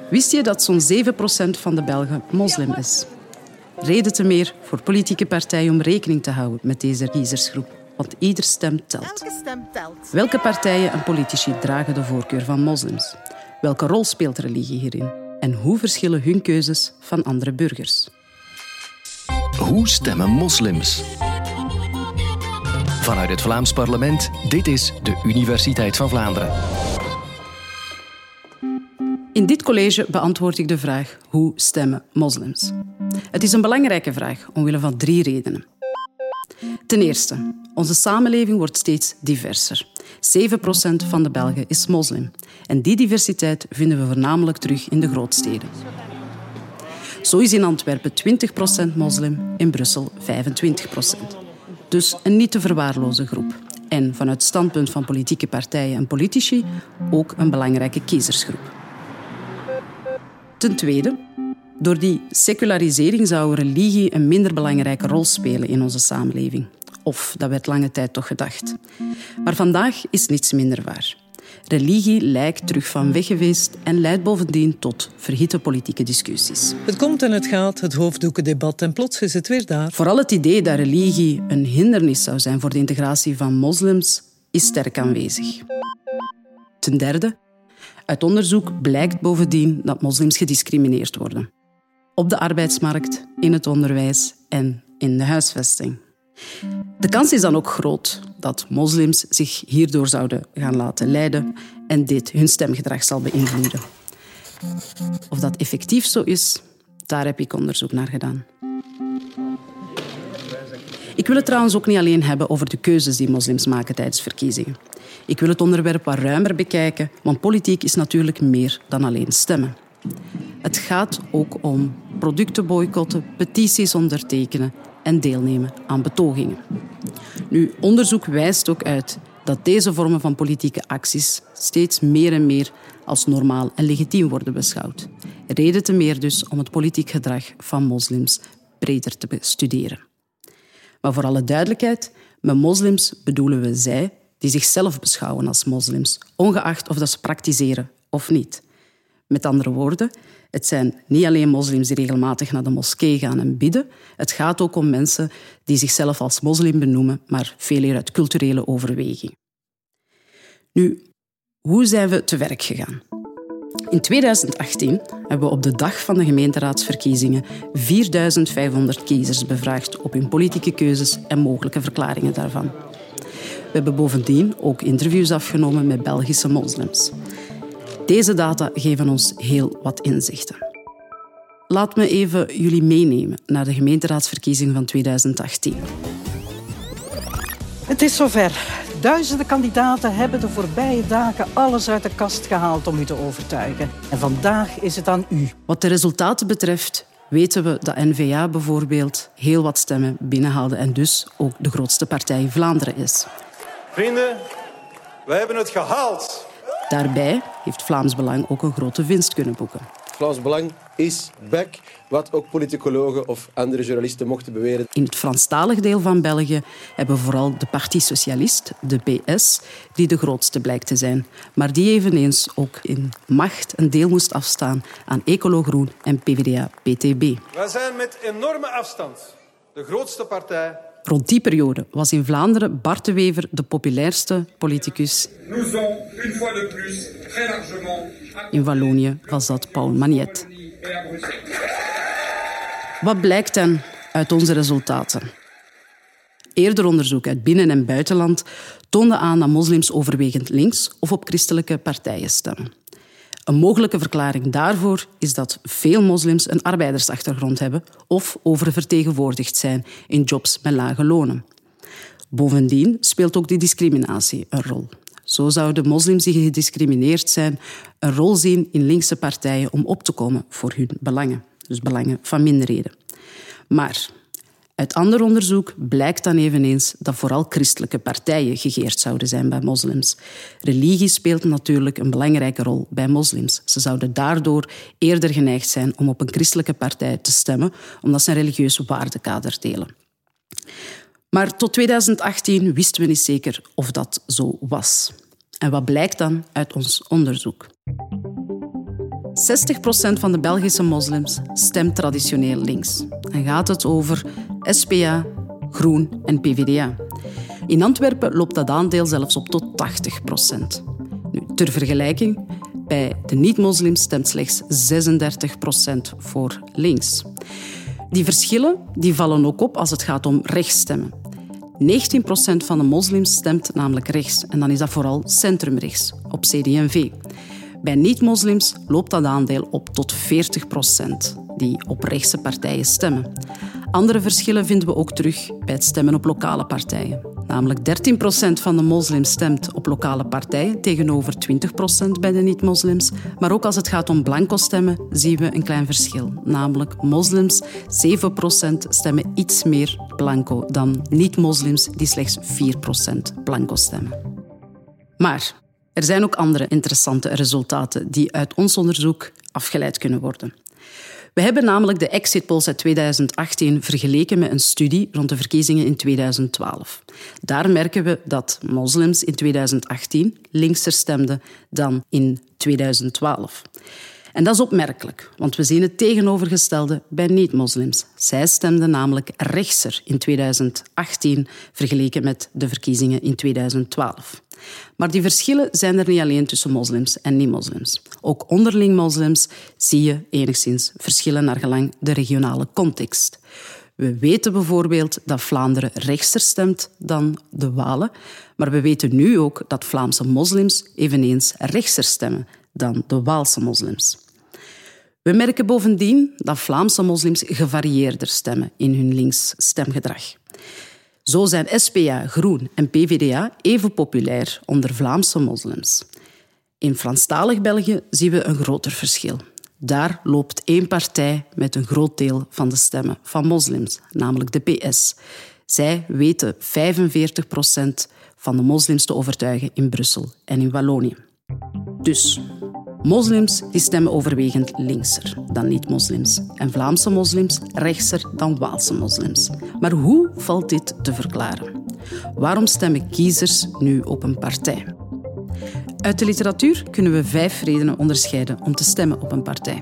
Wist je dat zo'n 7% van de Belgen moslim is? Reden te meer voor politieke partijen om rekening te houden met deze kiezersgroep. Want ieder stem telt. Elke stem telt. Welke partijen en politici dragen de voorkeur van moslims? Welke rol speelt religie hierin? En hoe verschillen hun keuzes van andere burgers? Hoe stemmen moslims? Vanuit het Vlaams parlement, dit is de Universiteit van Vlaanderen. In dit college beantwoord ik de vraag: hoe stemmen moslims? Het is een belangrijke vraag omwille van 3 redenen. Ten eerste, onze samenleving wordt steeds diverser. 7% van de Belgen is moslim. En die diversiteit vinden we voornamelijk terug in de grootsteden. Zo is in Antwerpen 20% moslim, in Brussel 25%. Dus een niet te verwaarlozen groep. En vanuit het standpunt van politieke partijen en politici ook een belangrijke kiezersgroep. Ten tweede, door die secularisering zou religie een minder belangrijke rol spelen in onze samenleving. Of dat werd lange tijd toch gedacht. Maar vandaag is niets minder waar. Religie lijkt terug van weg geweest en leidt bovendien tot verhitte politieke discussies. Het komt en het gaat, het hoofddoekendebat en plots is het weer daar. Vooral het idee dat religie een hindernis zou zijn voor de integratie van moslims is sterk aanwezig. Ten derde, uit onderzoek blijkt bovendien dat moslims gediscrimineerd worden. Op de arbeidsmarkt, in het onderwijs en in de huisvesting. De kans is dan ook groot dat moslims zich hierdoor zouden gaan laten leiden en dit hun stemgedrag zal beïnvloeden. Of dat effectief zo is, daar heb ik onderzoek naar gedaan. Ik wil het trouwens ook niet alleen hebben over de keuzes die moslims maken tijdens verkiezingen. Ik wil het onderwerp wat ruimer bekijken, want politiek is natuurlijk meer dan alleen stemmen. Het gaat ook om producten boycotten, petities ondertekenen en deelnemen aan betogingen. Nu, onderzoek wijst ook uit dat deze vormen van politieke acties steeds meer en meer als normaal en legitiem worden beschouwd. Reden te meer dus om het politiek gedrag van moslims breder te bestuderen. Maar voor alle duidelijkheid, met moslims bedoelen we zij die zichzelf beschouwen als moslims, ongeacht of dat ze praktiseren of niet. Met andere woorden, het zijn niet alleen moslims die regelmatig naar de moskee gaan en bidden. Het gaat ook om mensen die zichzelf als moslim benoemen, maar veel eer uit culturele overweging. Nu, hoe zijn we te werk gegaan? In 2018 hebben we op de dag van de gemeenteraadsverkiezingen 4.500 kiezers bevraagd op hun politieke keuzes en mogelijke verklaringen daarvan. We hebben bovendien ook interviews afgenomen met Belgische moslims. Deze data geven ons heel wat inzichten. Laat me even jullie meenemen naar de gemeenteraadsverkiezingen van 2018. Het is zover. Duizenden kandidaten hebben de voorbije dagen alles uit de kast gehaald om u te overtuigen. En vandaag is het aan u. Wat de resultaten betreft weten we dat N-VA bijvoorbeeld heel wat stemmen binnenhaalde en dus ook de grootste partij in Vlaanderen is. Vrienden, wij hebben het gehaald. Daarbij heeft Vlaams Belang ook een grote winst kunnen boeken. Vlaams Belang is back, wat ook politicologen of andere journalisten mochten beweren. In het Franstalig deel van België hebben vooral de Parti Socialiste, de PS, die de grootste blijkt te zijn. Maar die eveneens ook in macht een deel moest afstaan aan Ecolo Groen en PvdA-BTB. Wij zijn met enorme afstand de grootste partij. Rond die periode was in Vlaanderen Bart de Wever de populairste politicus. In Wallonië was dat Paul Magnet. Wat blijkt dan uit onze resultaten? Eerder onderzoek uit binnen- en buitenland toonde aan dat moslims overwegend links of op christelijke partijen stemmen. Een mogelijke verklaring daarvoor is dat veel moslims een arbeidersachtergrond hebben of oververtegenwoordigd zijn in jobs met lage lonen. Bovendien speelt ook die discriminatie een rol. Zo zouden moslims die gediscrimineerd zijn een rol zien in linkse partijen om op te komen voor hun belangen. Dus belangen van minderheden. Maar uit ander onderzoek blijkt dan eveneens dat vooral christelijke partijen gegeerd zouden zijn bij moslims. Religie speelt natuurlijk een belangrijke rol bij moslims. Ze zouden daardoor eerder geneigd zijn om op een christelijke partij te stemmen, omdat ze een religieus waardekader delen. Maar tot 2018 wisten we niet zeker of dat zo was. En wat blijkt dan uit ons onderzoek? 60% van de Belgische moslims stemt traditioneel links. En gaat het over SPA, Groen en PvdA. In Antwerpen loopt dat aandeel zelfs op tot 80%. Nu, ter vergelijking, bij de niet-moslims stemt slechts 36% voor links. Die verschillen die vallen ook op als het gaat om rechtsstemmen. 19% van de moslims stemt namelijk rechts. En dan is dat vooral centrumrechts, op CD&V. Bij niet-moslims loopt dat aandeel op tot 40% die op rechtse partijen stemmen. Andere verschillen vinden we ook terug bij het stemmen op lokale partijen. Namelijk 13% van de moslims stemt op lokale partijen tegenover 20% bij de niet-moslims. Maar ook als het gaat om blanco stemmen zien we een klein verschil. Namelijk moslims 7% stemmen iets meer blanco dan niet-moslims die slechts 4% blanco stemmen. Maar er zijn ook andere interessante resultaten die uit ons onderzoek afgeleid kunnen worden. We hebben namelijk de exit polls uit 2018 vergeleken met een studie rond de verkiezingen in 2012. Daar merken we dat moslims in 2018 linkser stemden dan in 2012. En dat is opmerkelijk, want we zien het tegenovergestelde bij niet-moslims. Zij stemden namelijk rechtser in 2018 vergeleken met de verkiezingen in 2012. Maar die verschillen zijn er niet alleen tussen moslims en niet-moslims. Ook onderling moslims zie je enigszins verschillen naar gelang de regionale context. We weten bijvoorbeeld dat Vlaanderen rechtser stemt dan de Walen, maar we weten nu ook dat Vlaamse moslims eveneens rechtser stemmen dan de Waalse moslims. We merken bovendien dat Vlaamse moslims gevarieerder stemmen in hun links stemgedrag. Zo zijn SPA, Groen en PvdA even populair onder Vlaamse moslims. In Franstalig België zien we een groter verschil. Daar loopt één partij met een groot deel van de stemmen van moslims, namelijk de PS. Zij weten 45% van de moslims te overtuigen in Brussel en in Wallonië. Dus moslims die stemmen overwegend linkser dan niet-moslims en Vlaamse moslims rechtser dan Waalse moslims. Maar hoe valt dit te verklaren? Waarom stemmen kiezers nu op een partij? Uit de literatuur kunnen we 5 redenen onderscheiden om te stemmen op een partij.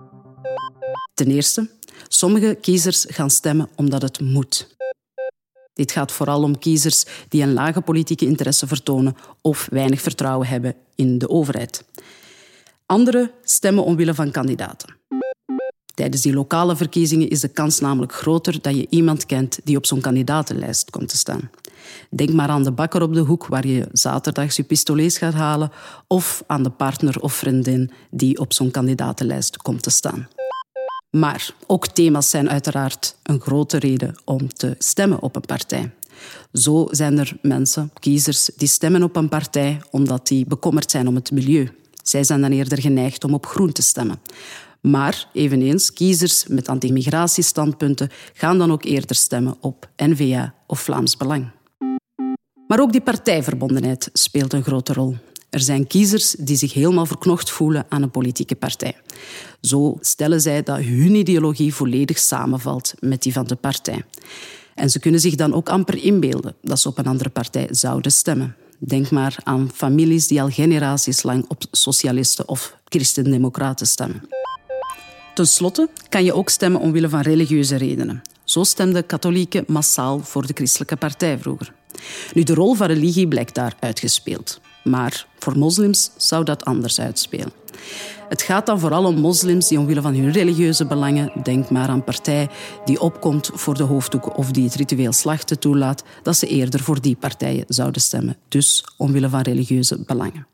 Ten eerste, sommige kiezers gaan stemmen omdat het moet. Dit gaat vooral om kiezers die een lage politieke interesse vertonen of weinig vertrouwen hebben in de overheid. Anderen stemmen omwille van kandidaten. Tijdens die lokale verkiezingen is de kans namelijk groter dat je iemand kent die op zo'n kandidatenlijst komt te staan. Denk maar aan de bakker op de hoek waar je zaterdags je pistolets gaat halen of aan de partner of vriendin die op zo'n kandidatenlijst komt te staan. Maar ook thema's zijn uiteraard een grote reden om te stemmen op een partij. Zo zijn er mensen, kiezers, die stemmen op een partij omdat die bekommerd zijn om het milieu. Zij zijn dan eerder geneigd om op Groen te stemmen. Maar eveneens, kiezers met anti-migratiestandpunten gaan dan ook eerder stemmen op N-VA of Vlaams Belang. Maar ook die partijverbondenheid speelt een grote rol. Er zijn kiezers die zich helemaal verknocht voelen aan een politieke partij. Zo stellen zij dat hun ideologie volledig samenvalt met die van de partij. En ze kunnen zich dan ook amper inbeelden dat ze op een andere partij zouden stemmen. Denk maar aan families die al generaties lang op socialisten of christendemocraten stemmen. Ten slotte kan je ook stemmen omwille van religieuze redenen. Zo stemden katholieken massaal voor de christelijke partij vroeger. Nu, de rol van religie blijkt daar uitgespeeld. Maar voor moslims zou dat anders uitspelen. Het gaat dan vooral om moslims die omwille van hun religieuze belangen, denk maar aan een partij die opkomt voor de hoofddoek of die het ritueel slachten toelaat, dat ze eerder voor die partijen zouden stemmen. Dus omwille van religieuze belangen.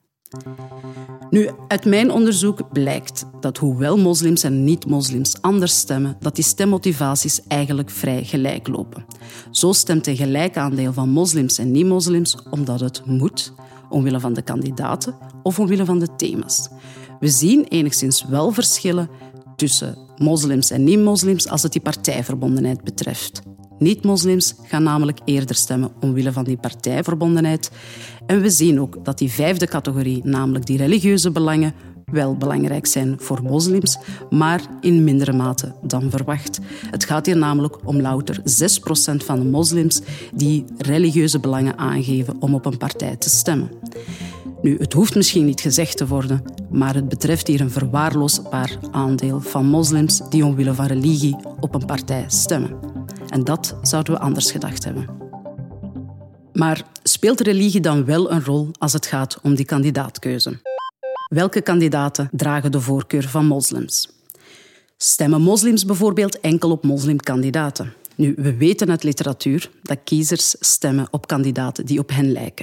Nu, uit mijn onderzoek blijkt dat hoewel moslims en niet-moslims anders stemmen, dat die stemmotivaties eigenlijk vrij gelijk lopen. Zo stemt een gelijk aandeel van moslims en niet-moslims omdat het moet, omwille van de kandidaten of omwille van de thema's. We zien enigszins wel verschillen tussen moslims en niet-moslims als het die partijverbondenheid betreft. Niet-moslims gaan namelijk eerder stemmen omwille van die partijverbondenheid. En we zien ook dat die 5e categorie, namelijk die religieuze belangen, wel belangrijk zijn voor moslims, maar in mindere mate dan verwacht. Het gaat hier namelijk om louter 6% van de moslims die religieuze belangen aangeven om op een partij te stemmen. Nu, het hoeft misschien niet gezegd te worden, maar het betreft hier een verwaarloosbaar aandeel van moslims die omwille van religie op een partij stemmen. En dat zouden we anders gedacht hebben. Maar speelt religie dan wel een rol als het gaat om die kandidaatkeuze? Welke kandidaten dragen de voorkeur van moslims? Stemmen moslims bijvoorbeeld enkel op moslimkandidaten? Nu, we weten uit literatuur dat kiezers stemmen op kandidaten die op hen lijken.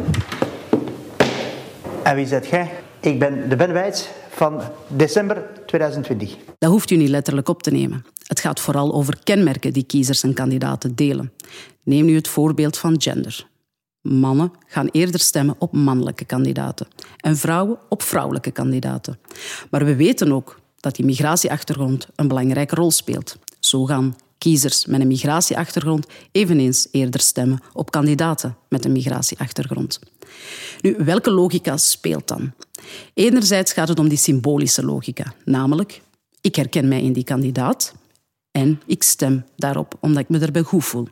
En wie zet jij? Ik ben de Ben Wijts van december 2020. Dat hoeft u niet letterlijk op te nemen. Het gaat vooral over kenmerken die kiezers en kandidaten delen. Neem nu het voorbeeld van gender. Mannen gaan eerder stemmen op mannelijke kandidaten en vrouwen op vrouwelijke kandidaten. Maar we weten ook dat die migratieachtergrond een belangrijke rol speelt. Zo gaan kiezers met een migratieachtergrond eveneens eerder stemmen op kandidaten met een migratieachtergrond. Nu, welke logica speelt dan? Enerzijds gaat het om die symbolische logica, namelijk ik herken mij in die kandidaat en ik stem daarop omdat ik me daarbij goed voel.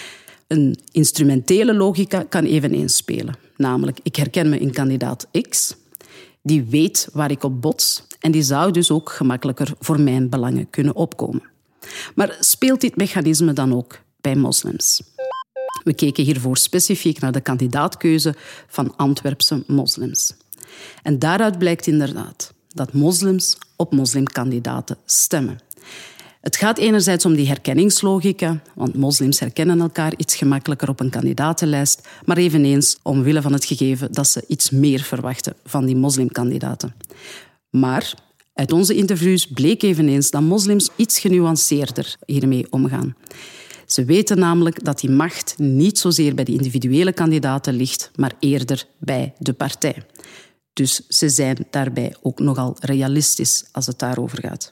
Een instrumentele logica kan eveneens spelen, namelijk ik herken me in kandidaat X, die weet waar ik op bots en die zou dus ook gemakkelijker voor mijn belangen kunnen opkomen. Maar speelt dit mechanisme dan ook bij moslims? We keken hiervoor specifiek naar de kandidaatkeuze van Antwerpse moslims. En daaruit blijkt inderdaad dat moslims op moslimkandidaten stemmen. Het gaat enerzijds om die herkenningslogica, want moslims herkennen elkaar iets gemakkelijker op een kandidatenlijst, maar eveneens omwille van het gegeven dat ze iets meer verwachten van die moslimkandidaten. Maar uit onze interviews bleek eveneens dat moslims iets genuanceerder hiermee omgaan. Ze weten namelijk dat die macht niet zozeer bij de individuele kandidaten ligt, maar eerder bij de partij. Dus ze zijn daarbij ook nogal realistisch als het daarover gaat.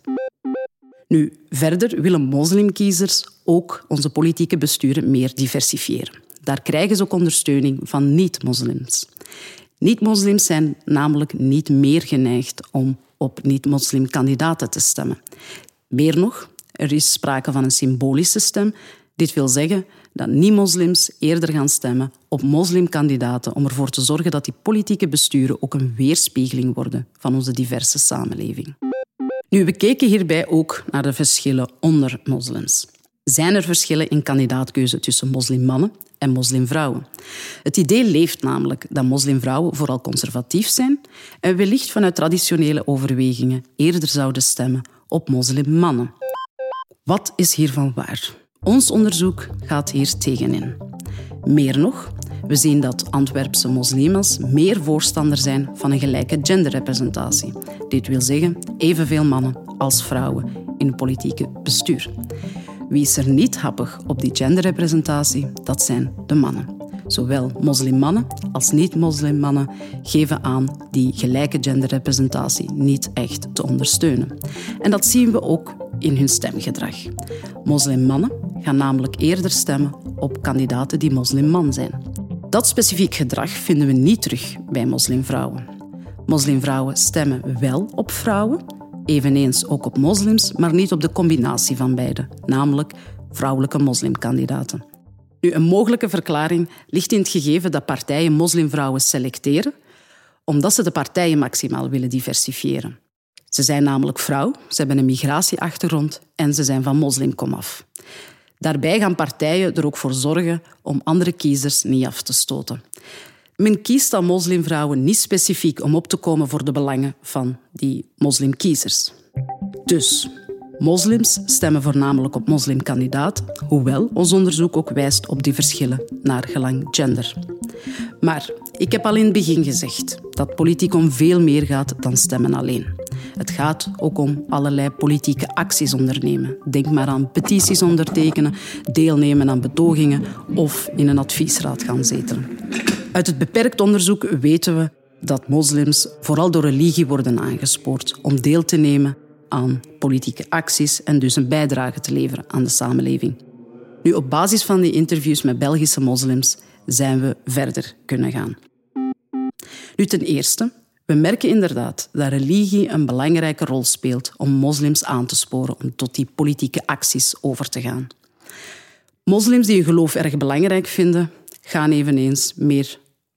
Nu, verder willen moslimkiezers ook onze politieke besturen meer diversifiëren. Daar krijgen ze ook ondersteuning van niet-moslims. Niet-moslims zijn namelijk niet meer geneigd om op niet-moslimkandidaten te stemmen. Meer nog, er is sprake van een symbolische stem. Dit wil zeggen dat niet-moslims eerder gaan stemmen op moslimkandidaten om ervoor te zorgen dat die politieke besturen ook een weerspiegeling worden van onze diverse samenleving. Nu, we keken hierbij ook naar de verschillen onder moslims. Zijn er verschillen in kandidaatkeuze tussen moslimmannen en moslimvrouwen? Het idee leeft namelijk dat moslimvrouwen vooral conservatief zijn en wellicht vanuit traditionele overwegingen eerder zouden stemmen op moslimmannen. Wat is hiervan waar? Ons onderzoek gaat hier tegenin. Meer nog, we zien dat Antwerpse moslima's meer voorstander zijn van een gelijke genderrepresentatie. Dit wil zeggen evenveel mannen als vrouwen in het politieke bestuur. Wie is er niet happig op die genderrepresentatie? Dat zijn de mannen. Zowel moslimmannen als niet-moslimmannen geven aan die gelijke genderrepresentatie niet echt te ondersteunen. En dat zien we ook in hun stemgedrag. Moslimmannen gaan namelijk eerder stemmen op kandidaten die moslimman zijn. Dat specifiek gedrag vinden we niet terug bij moslimvrouwen. Moslimvrouwen stemmen wel op vrouwen, eveneens ook op moslims, maar niet op de combinatie van beide, namelijk vrouwelijke moslimkandidaten. Nu, een mogelijke verklaring ligt in het gegeven dat partijen moslimvrouwen selecteren, omdat ze de partijen maximaal willen diversifiëren. Ze zijn namelijk vrouw, ze hebben een migratieachtergrond en ze zijn van moslimkomaf. Daarbij gaan partijen er ook voor zorgen om andere kiezers niet af te stoten. Men kiest dan moslimvrouwen niet specifiek om op te komen voor de belangen van die moslimkiezers. Dus moslims stemmen voornamelijk op moslimkandidaat, hoewel ons onderzoek ook wijst op die verschillen naar gelang gender. Maar ik heb al in het begin gezegd dat politiek om veel meer gaat dan stemmen alleen. Het gaat ook om allerlei politieke acties ondernemen. Denk maar aan petities ondertekenen, deelnemen aan betogingen of in een adviesraad gaan zetelen. Uit het beperkt onderzoek weten we dat moslims vooral door religie worden aangespoord om deel te nemen aan politieke acties en dus een bijdrage te leveren aan de samenleving. Nu, op basis van die interviews met Belgische moslims zijn we verder kunnen gaan. Nu, ten eerste, we merken inderdaad dat religie een belangrijke rol speelt om moslims aan te sporen om tot die politieke acties over te gaan. Moslims die hun geloof erg belangrijk vinden, gaan eveneens meer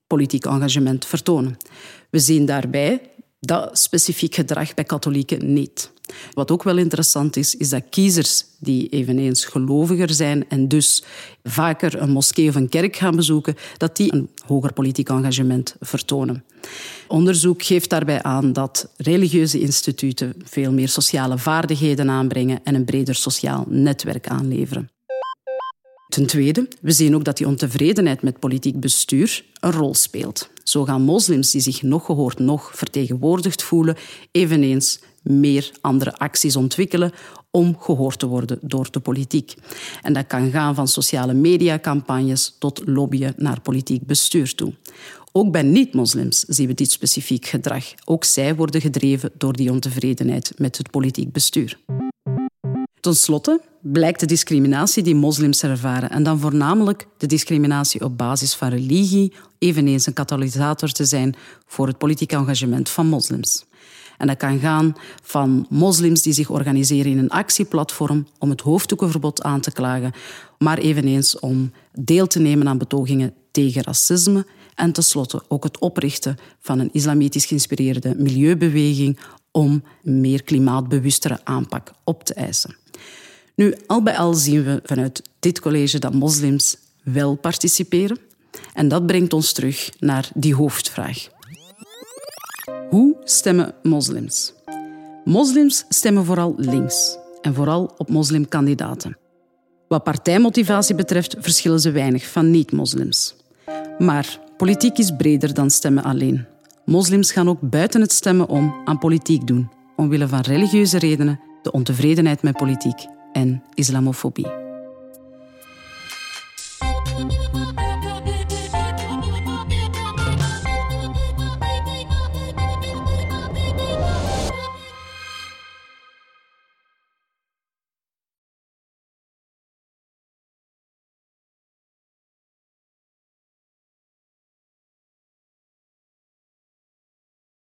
politiek engagement vertonen. We zien daarbij dat specifiek gedrag bij katholieken niet. Wat ook wel interessant is dat kiezers die eveneens geloviger zijn en dus vaker een moskee of een kerk gaan bezoeken, dat die een hoger politiek engagement vertonen. Onderzoek geeft daarbij aan dat religieuze instituten veel meer sociale vaardigheden aanbrengen en een breder sociaal netwerk aanleveren. Ten tweede, we zien ook dat die ontevredenheid met politiek bestuur een rol speelt. Zo gaan moslims die zich nog gehoord, nog vertegenwoordigd voelen, eveneens meer andere acties ontwikkelen om gehoord te worden door de politiek. En dat kan gaan van sociale mediacampagnes tot lobbyen naar politiek bestuur toe. Ook bij niet-moslims zien we dit specifiek gedrag. Ook zij worden gedreven door die ontevredenheid met het politiek bestuur. Ten slotte blijkt de discriminatie die moslims ervaren, en dan voornamelijk de discriminatie op basis van religie, eveneens een katalysator te zijn voor het politiek engagement van moslims. En dat kan gaan van moslims die zich organiseren in een actieplatform om het hoofddoekenverbod aan te klagen, maar eveneens om deel te nemen aan betogingen tegen racisme en tenslotte ook het oprichten van een islamitisch geïnspireerde milieubeweging om meer klimaatbewustere aanpak op te eisen. Nu, al bij al zien we vanuit dit college dat moslims wel participeren. En dat brengt ons terug naar die hoofdvraag. Hoe stemmen moslims? Moslims stemmen vooral links en vooral op moslimkandidaten. Wat partijmotivatie betreft verschillen ze weinig van niet-moslims. Maar politiek is breder dan stemmen alleen. Moslims gaan ook buiten het stemmen om aan politiek doen, omwille van religieuze redenen, de ontevredenheid met politiek en islamofobie.